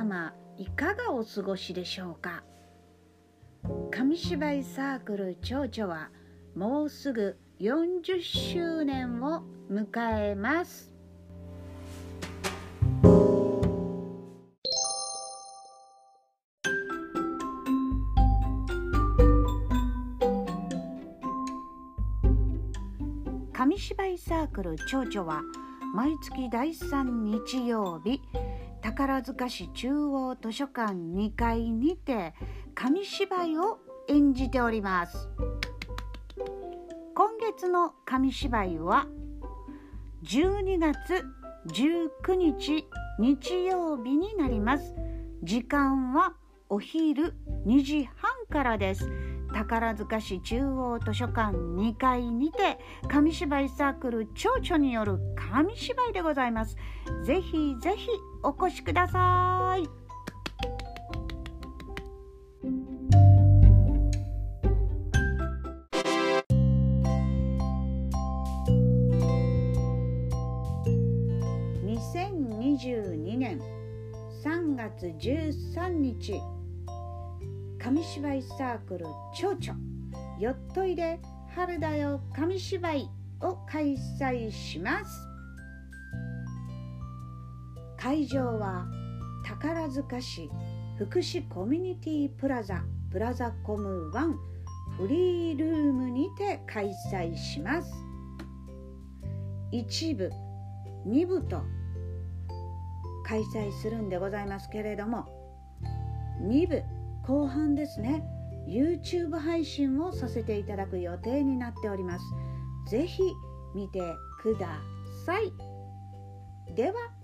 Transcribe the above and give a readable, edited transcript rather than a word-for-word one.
様いかがお過ごしでしょうか。紙芝居サークル蝶々はもうすぐ40周年を迎えます。紙芝居サークル蝶々は毎月第3日曜日、宝塚市中央図書館2階にて紙芝居を演じております。今月の紙芝居は12月19日日曜日になります。時間はお昼2時半からです。宝塚市中央図書館2階にて紙芝居サークル蝶々による紙芝居でございます。ぜひぜひお越しください。2022年3月13日、紙芝居サークル蝶々よっといで春だよ紙芝居を開催します。会場は宝塚市福祉コミュニティプラザコム1フリールームにて開催します。1部2部と開催するんでございますけれども、2部後半ですね、 YouTube 配信をさせていただく予定になっております。ぜひ見てください。では